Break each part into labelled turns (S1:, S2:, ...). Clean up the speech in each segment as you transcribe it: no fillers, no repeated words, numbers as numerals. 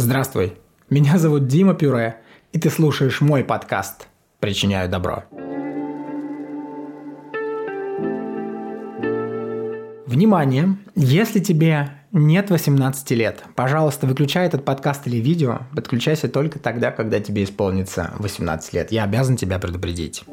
S1: Здравствуй, меня зовут Дима Пюре, и ты слушаешь мой подкаст «Причиняю добро». Внимание! Если тебе нет 18 лет, пожалуйста, выключай этот подкаст или видео, подключайся только тогда, когда тебе исполнится 18 лет. Я обязан тебя предупредить.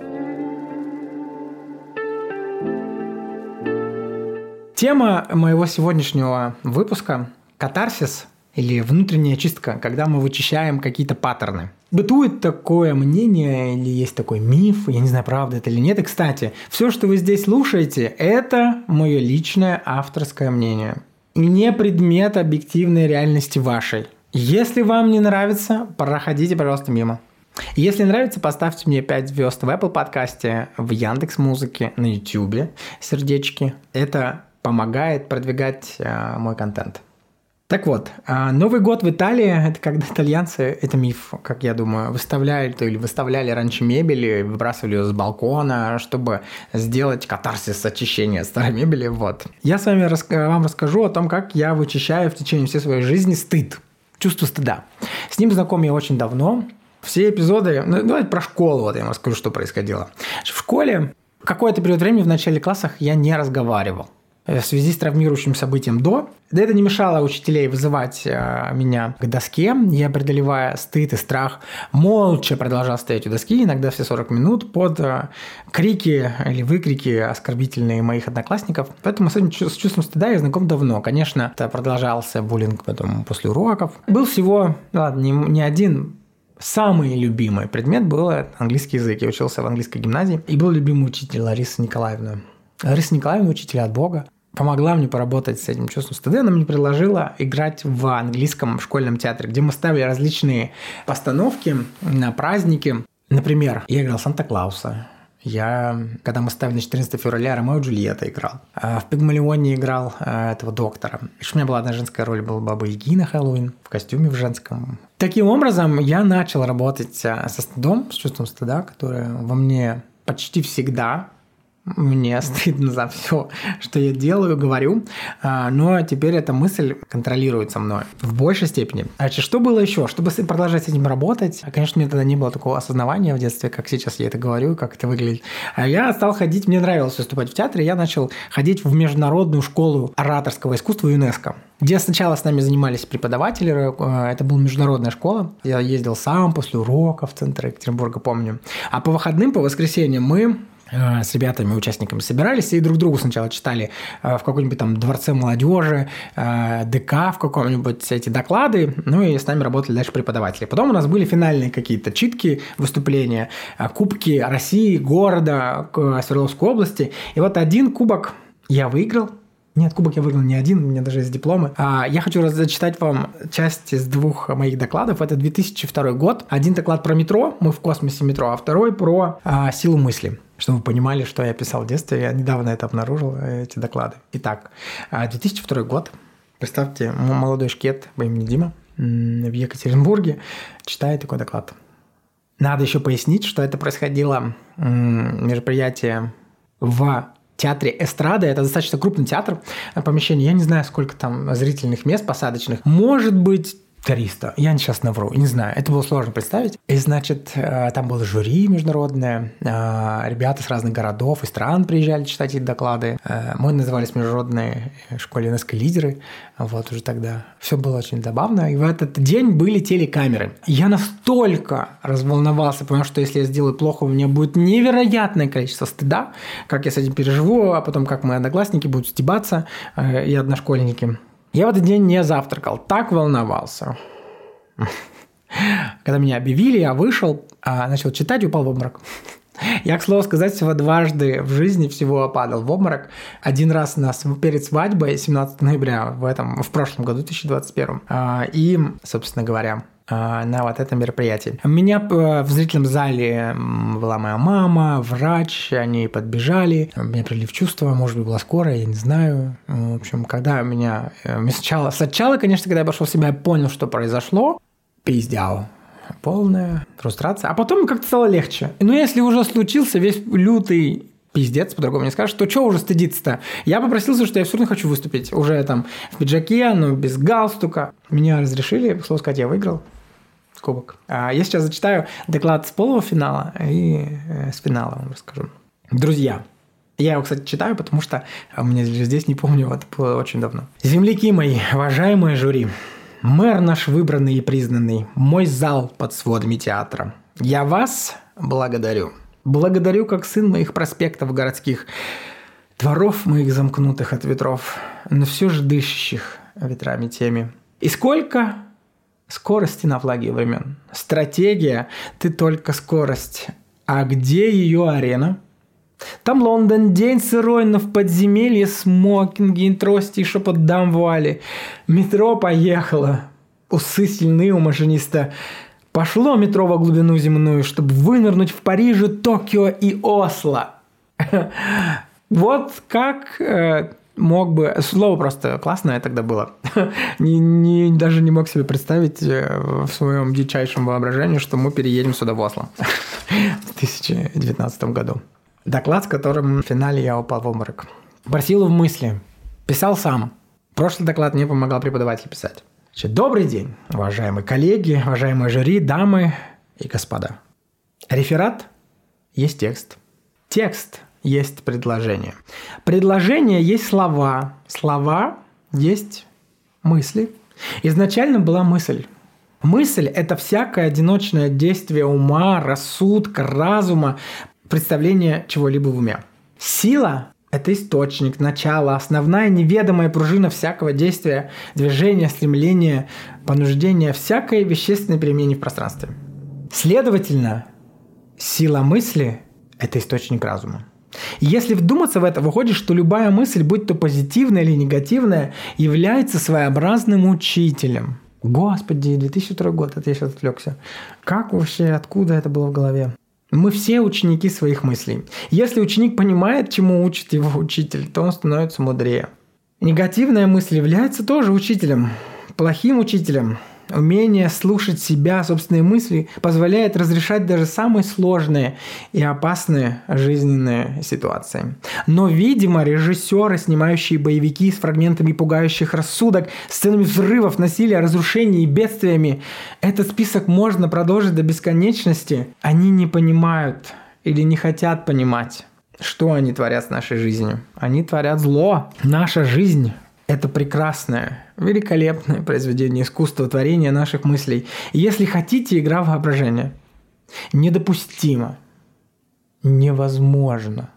S1: Тема моего сегодняшнего выпуска – катарсис или внутренняя чистка, когда мы вычищаем какие-то паттерны. Бытует такое мнение или есть такой миф, я не знаю, правда это или нет. И, кстати, все, что вы здесь слушаете, это мое личное авторское мнение. И не предмет объективной реальности вашей. Если вам не нравится, проходите, пожалуйста, мимо. Если нравится, поставьте мне 5 звезд в Apple подкасте, в Яндекс.Музыке, на YouTube, сердечки. Это помогает продвигать мой контент. Так вот, Новый год в Италии – это когда итальянцы, это миф, как я думаю, выставляли раньше мебель, выбрасывали ее с балкона, чтобы сделать катарсис, очищение старой мебели. Вот. Я с вами вам расскажу о том, как я вычищаю в течение всей своей жизни стыд, чувство стыда. С ним знаком я очень давно. Все эпизоды, давайте про школу, вот я вам расскажу, что происходило. В школе какой-то период времени в начале классах я не разговаривал. В связи с травмирующим событием до. Да это не мешало учителей вызывать меня к доске. Я, преодолевая стыд и страх, молча продолжал стоять у доски, иногда все 40 минут, под крики или выкрики оскорбительные моих одноклассников. Поэтому с этим чувством стыда я знаком давно. Конечно, это продолжался буллинг потом после уроков. Был всего, не один. Самый любимый предмет был английский язык. Я учился в английской гимназии. И был любимый учитель Лариса Николаевна. Лариса Николаевна, учитель от Бога, помогла мне поработать с этим чувством стыда. Она мне предложила играть в английском школьном театре, где мы ставили различные постановки на праздники. Например, я играл Санта-Клауса. Когда мы ставили на 14 февраля, Ромео и Джульетта играл. В Пигмалионе играл этого доктора. Еще у меня была одна женская роль, была Баба Яги на Хэллоуин, в костюме в женском. Таким образом, я начал работать со стыдом, с чувством стыда, которое во мне почти всегда. Мне стыдно за все, что я делаю, говорю, но теперь эта мысль контролируется мной в большей степени. Значит, что было еще? Чтобы продолжать с этим работать, конечно, у меня тогда не было такого осознавания в детстве, как сейчас я это говорю, как это выглядит. Я стал ходить, мне нравилось выступать в театре, я начал ходить в международную школу ораторского искусства ЮНЕСКО, где сначала с нами занимались преподаватели, это была международная школа, я ездил сам после уроков в центр Екатеринбурга, помню. А по выходным, по воскресеньям мы с ребятами, участниками собирались и друг другу сначала читали в каком-нибудь там дворце молодежи, ДК в каком-нибудь эти доклады, ну и с нами работали дальше преподаватели. Потом у нас были финальные какие-то читки, выступления, кубки России, города, Свердловской области. И вот один кубок я выиграл. Нет, кубок я выиграл не один, у меня даже есть дипломы. Я хочу зачитать вам часть из 2 моих докладов. Это 2002 год. Один доклад про метро, мы в космосе метро, а второй про силу мысли. Чтобы вы понимали, что я писал в детстве. Я недавно это обнаружил, эти доклады. Итак, 2002 год. Представьте, молодой шкет по имени Дима в Екатеринбурге читает такой доклад. Надо еще пояснить, что это происходило мероприятие в театре эстрады. Это достаточно крупный театр, помещение. Я не знаю, сколько там зрительных мест посадочных. Может быть, 300. Я сейчас навру, не знаю. Это было сложно представить. И, значит, там было жюри международное. Ребята с разных городов и стран приезжали читать эти доклады. Мы назывались международной школе ЮНЕСКО лидеры. Вот уже тогда. Все было очень забавно. И в этот день были телекамеры. Я настолько разволновался, потому что если я сделаю плохо, у меня будет невероятное количество стыда. Как я с этим переживу, а потом как мои одноклассники будут стебаться и одношкольники. Я в этот день не завтракал, так волновался. Когда меня объявили, я вышел, начал читать и упал в обморок. Я, к слову сказать, всего дважды в жизни всего падал в обморок. Один раз перед свадьбой 17 ноября в прошлом году, 2021. И, собственно говоря, на вот этом мероприятии. У меня в зрительном зале была моя мама, врач, они подбежали, меня привели в чувство, может быть, была скорая, я не знаю. В общем, когда сначала, конечно, когда я пошел в себя, я понял, что произошло, пиздяу. Полная фрустрация. А потом как-то стало легче. Но если уже случился весь лютый пиздец, по-другому не скажешь, то что уже стыдиться-то? Я попросился, что я все равно хочу выступить. Уже там в пиджаке, но без галстука. Меня разрешили, слово сказать, я выиграл кубок. Я сейчас зачитаю доклад с полуфинала и с финала вам расскажу. Друзья, я его, кстати, читаю, потому что у меня здесь не помню, это было очень давно. Земляки мои, уважаемые жюри, мэр наш выбранный и признанный, мой зал под сводами театра. Я вас благодарю. Благодарю, как сын моих проспектов городских, дворов моих замкнутых от ветров, но все же дышащих ветрами теми. И сколько скорости на флаге времен. Стратегия, ты только скорость. А где ее арена? Там Лондон, день сырой, но в подземелье смокинги и трости и шепот дам вуали. Метро поехало, усы сильны у машиниста. Пошло метро во глубину земную, чтобы вынырнуть в Париже, Токио и Осло. Вот как мог бы... Слово просто классное тогда было. Даже не мог себе представить в своем дичайшем воображении, что мы переедем сюда в Осло в 2019 году. Доклад, с которым в финале я упал в обморок. Просил в мысли. Писал сам. Прошлый доклад мне помогал преподаватель писать. Добрый день, уважаемые коллеги, уважаемые жюри, дамы и господа. Реферат есть текст. Текст есть предложение. Предложение есть слова. Слова есть мысли. Изначально была мысль. Мысль – это всякое одиночное действие ума, рассудка, разума, представление чего-либо в уме. Сила – это источник, начало, основная неведомая пружина всякого действия, движения, стремления, понуждения, всякой вещественной перемене в пространстве. Следовательно, сила мысли – это источник разума. И если вдуматься в это, выходит, что любая мысль, будь то позитивная или негативная, является своеобразным учителем. Господи, 2002 год, это я сейчас отвлекся. Как вообще, откуда это было в голове? Мы все ученики своих мыслей. Если ученик понимает, чему учит его учитель, то он становится мудрее. Негативная мысль является тоже учителем, плохим учителем. Умение слушать себя, собственные мысли, позволяет разрешать даже самые сложные и опасные жизненные ситуации. Но, видимо, режиссеры, снимающие боевики с фрагментами пугающих рассудок, сценами взрывов, насилия, разрушений и бедствиями, этот список можно продолжить до бесконечности. Они не понимают или не хотят понимать, что они творят с нашей жизнью. Они творят зло. Наша жизнь – это прекрасное, великолепное произведение искусства, творение наших мыслей. И если хотите, игра воображения. Недопустимо, невозможно.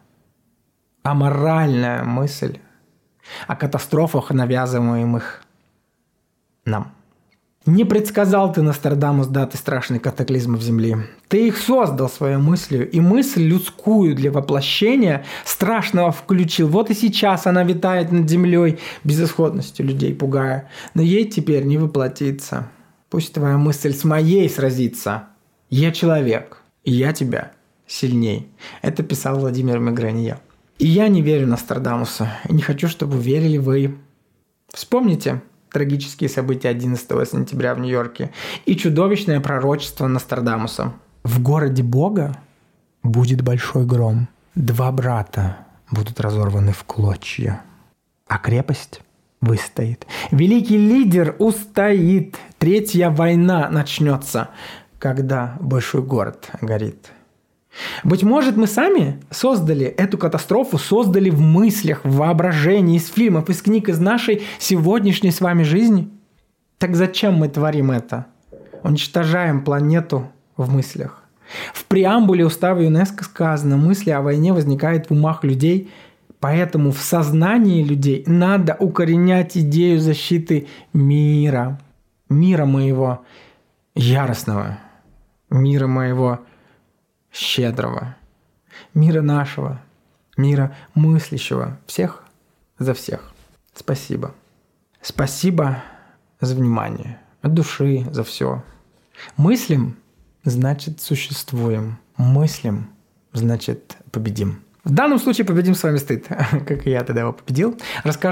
S1: Аморальная мысль о катастрофах, навязываемых нам. Не предсказал ты, Нострадамус, даты страшных катаклизмов Земли. Ты их создал своей мыслью, и мысль людскую для воплощения страшного включил. Вот и сейчас она витает над землей, безысходностью людей пугая. Но ей теперь не воплотиться. Пусть твоя мысль с моей сразится. Я человек, и я тебя сильней. Это писал Владимир Мегренье. И я не верю Нострадамусу, и не хочу, чтобы верили вы. Вспомните трагические события 11 сентября в Нью-Йорке и чудовищное пророчество Нострадамуса. В городе Бога будет большой гром. 2 брата будут разорваны в клочья, а крепость выстоит. Великий лидер устоит. 3-я война начнется, когда большой город горит. Быть может, мы сами создали эту катастрофу, создали в мыслях, в воображении, из фильмов, из книг, из нашей сегодняшней с вами жизни? Так зачем мы творим это? Уничтожаем планету в мыслях. В преамбуле устава ЮНЕСКО сказано: мысли о войне возникают в умах людей, поэтому в сознании людей надо укоренять идею защиты мира. Мира моего яростного, мира моего щедрого, мира нашего, мира мыслящего, всех за всех. Спасибо. Спасибо за внимание, от души, за все. Мыслим – значит существуем. Мыслим – значит победим. В данном случае победим с вами стыд, как и я тогда его победил. Расскажу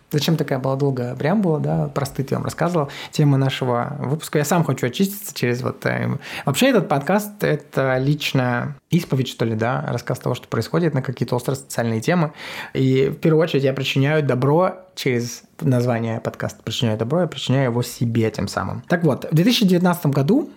S1: Зачем такая была долгая преамбула, да, про стыд я вам рассказывал. Тема нашего выпуска. Я сам хочу очиститься через вот... Вообще этот подкаст – это личная исповедь, что ли, да, рассказ того, что происходит на какие-то острые социальные темы. И в первую очередь я причиняю добро через название подкаста «Причиняю добро», я причиняю его себе тем самым. Так вот, в 2019 году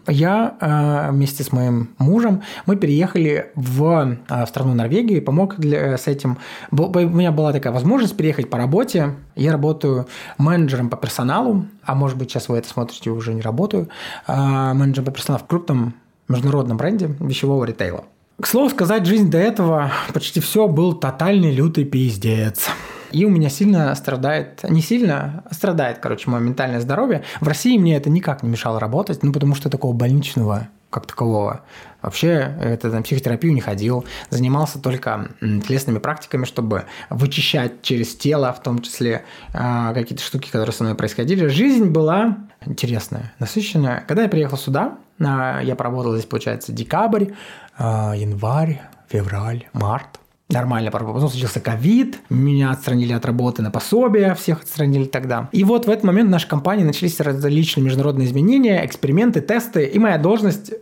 S1: я вместе с моим мужем, мы переехали в страну Норвегию и помог с этим. У меня была такая возможность переехать по работе. Я работаю менеджером по персоналу, а может быть, сейчас вы это смотрите, уже не работаю, менеджером по персоналу в крупном международном бренде вещевого ритейла. К слову сказать, жизнь до этого почти все был тотальный лютый пиздец. И у меня сильно страдает, не сильно, страдает, мое ментальное здоровье. В России мне это никак не мешало работать, потому что такого больничного как такового. Вообще, на психотерапию не ходил, занимался только телесными практиками, чтобы вычищать через тело, в том числе какие-то штуки, которые со мной происходили. Жизнь была интересная, насыщенная. Когда я приехал сюда, я проработал здесь, получается, декабрь, январь, февраль, март. Нормально, потом случился ковид, меня отстранили от работы на пособие, всех отстранили тогда. И вот в этот момент в нашей компании начались различные международные изменения, эксперименты, тесты, и моя должность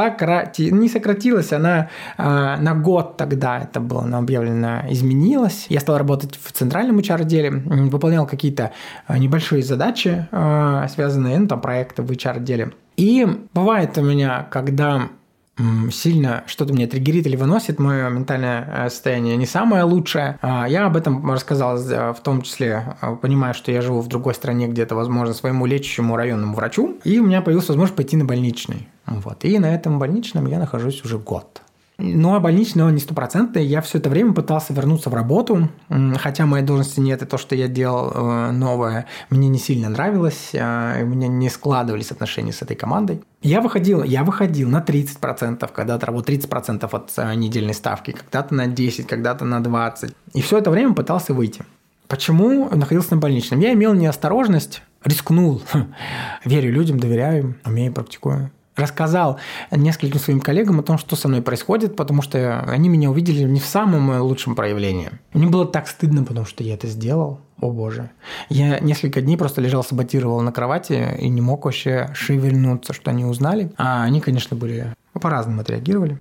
S1: не сократилась, она на год тогда, это было объявлено, изменилась. Я стал работать в центральном HR-отделе, выполнял какие-то небольшие задачи, связанные, проекты в HR-отделе. И бывает у меня, когда сильно что-то меня триггерит или выносит, мое ментальное состояние не самое лучшее. Я об этом рассказал, в том числе, понимая, что я живу в другой стране, где-то, возможно, своему лечащему районному врачу, и у меня появилась возможность пойти на больничный. Вот. И на этом больничном я нахожусь уже год. Ну, а больничный он не стопроцентный. Я все это время пытался вернуться в работу, хотя моей должности нет, и то, что я делал новое, мне не сильно нравилось, и у меня не складывались отношения с этой командой. Я выходил на 30%, когда-то работал 30% от недельной ставки, когда-то на 10%, когда-то на 20%. И все это время пытался выйти. Почему находился на больничном? Я имел неосторожность, рискнул. Верю людям, доверяю им, умею, практикую. Рассказал нескольким своим коллегам о том, что со мной происходит, потому что они меня увидели не в самом лучшем проявлении. Мне было так стыдно, потому что я это сделал. О боже. Я несколько дней просто лежал, саботировал на кровати и не мог вообще шевельнуться, что они узнали. А они, конечно, по-разному отреагировали.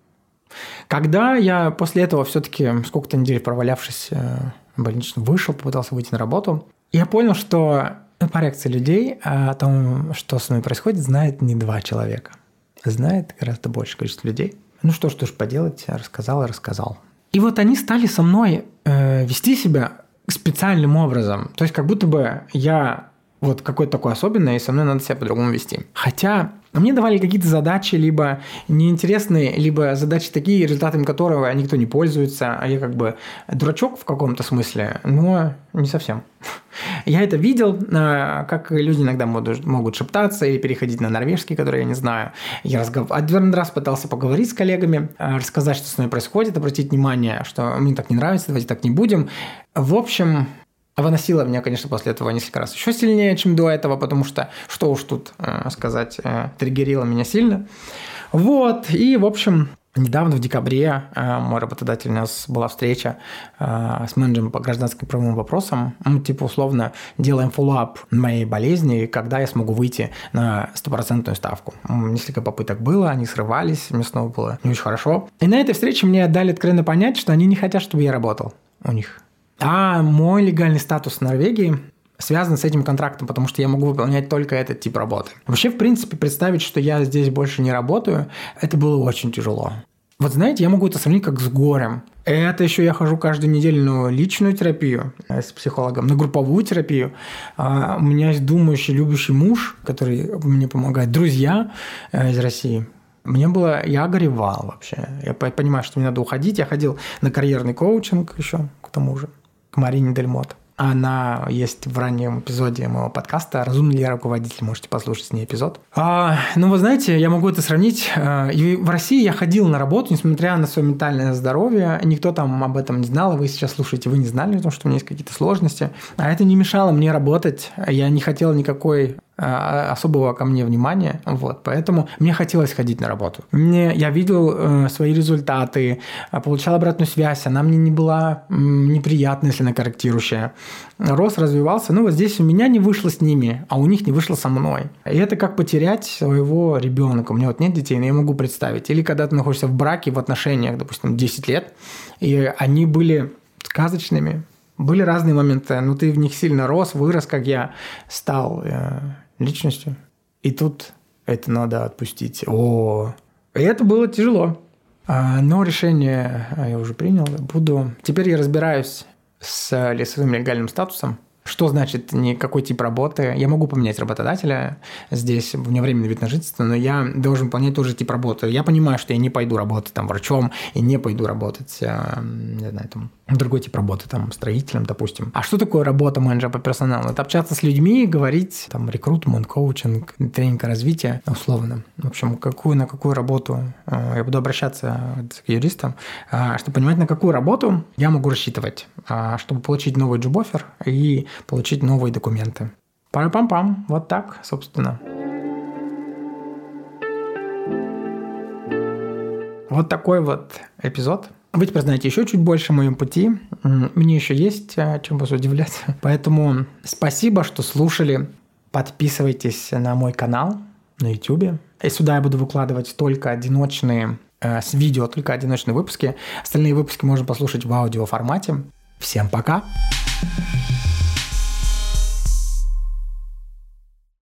S1: Когда я после этого все-таки, сколько-то недель провалявшись в больничном, вышел, попытался выйти на работу, я понял, что по реакции людей о том, что со мной происходит, знает не 2 человека. Знает гораздо большее количество людей. Ну что ж поделать, рассказал. И вот они стали со мной вести себя специальным образом. То есть как будто бы я вот какой-то такой особенный, и со мной надо себя по-другому вести. Хотя мне давали какие-то задачи, либо неинтересные, либо задачи такие, результатами которого никто не пользуется, а я как бы дурачок в каком-то смысле, но не совсем. Я это видел, как люди иногда могут шептаться или переходить на норвежский, который я не знаю. Я один раз пытался поговорить с коллегами, рассказать, что с мной происходит, обратить внимание, что мне так не нравится, давайте так не будем. В общем, выносило меня, конечно, после этого несколько раз еще сильнее, чем до этого, потому что, что уж тут сказать, триггерило меня сильно. Вот, и, в общем, недавно, в декабре, мой работодатель, у нас была встреча с менеджером по гражданским правовым вопросам. Мы, условно, делаем фоллоуап моей болезни, когда я смогу выйти на 100% ставку. Несколько попыток было, они срывались, мне снова было не очень хорошо. И на этой встрече мне дали откровенно понять, что они не хотят, чтобы я работал у них. А мой легальный статус в Норвегии связан с этим контрактом, потому что я могу выполнять только этот тип работы. Вообще, в принципе, представить, что я здесь больше не работаю, это было очень тяжело. Вот знаете, я могу это сравнить как с горем. Это еще я хожу каждую неделю на личную терапию с психологом, на групповую терапию. У меня есть думающий, любящий муж, который мне помогает, друзья из России. Я горевал вообще. Я понимаю, что мне надо уходить. Я ходил на карьерный коучинг еще, к тому же, к Марине Дельмот. Она есть в раннем эпизоде моего подкаста «Разумный ли я руководитель?». Можете послушать с ней эпизод. Вы знаете, я могу это сравнить. И в России я ходил на работу, несмотря на свое ментальное здоровье. Никто там об этом не знал. Вы сейчас слушаете, вы не знали о том, что у меня есть какие-то сложности. А это не мешало мне работать. Я не хотел никакой особого ко мне внимания. Вот. Поэтому мне хотелось ходить на работу. Я видел свои результаты, получал обратную связь. Она мне не была неприятна, если она корректирующая. Рос, развивался. Вот здесь у меня не вышло с ними, а у них не вышло со мной. И это как потерять своего ребенка. У меня нет детей, но я могу представить. Или когда ты находишься в браке, в отношениях, допустим, 10 лет, и они были сказочными. Были разные моменты, но ты в них сильно рос, вырос, как я, стал личностью. И тут это надо отпустить. И это было тяжело. Но решение я уже принял. Теперь я разбираюсь с своим легальным статусом. Что значит какой тип работы? Я могу поменять работодателя здесь, у меня временный вид на жительство, но я должен понять тоже тип работы. Я понимаю, что я не пойду работать врачом и не пойду работать, не знаю, другой тип работы, строителем, допустим. А что такое работа менеджера по персоналу? Это общаться с людьми, говорить, рекрутмент, коучинг, тренинг развития, условно. В общем, на какую работу я буду обращаться к юристам, чтобы понимать, на какую работу я могу рассчитывать, чтобы получить новый джоб-оффер и получить новые документы. Пам-пам-пам. Вот так, собственно. Вот такой вот эпизод. Вы теперь знаете еще чуть больше о моем пути. Мне еще есть чем вас удивлять. Поэтому спасибо, что слушали. Подписывайтесь на мой канал на YouTube. И сюда я буду выкладывать только одиночные с видео, только одиночные выпуски. Остальные выпуски можно послушать в аудиоформате. Всем пока!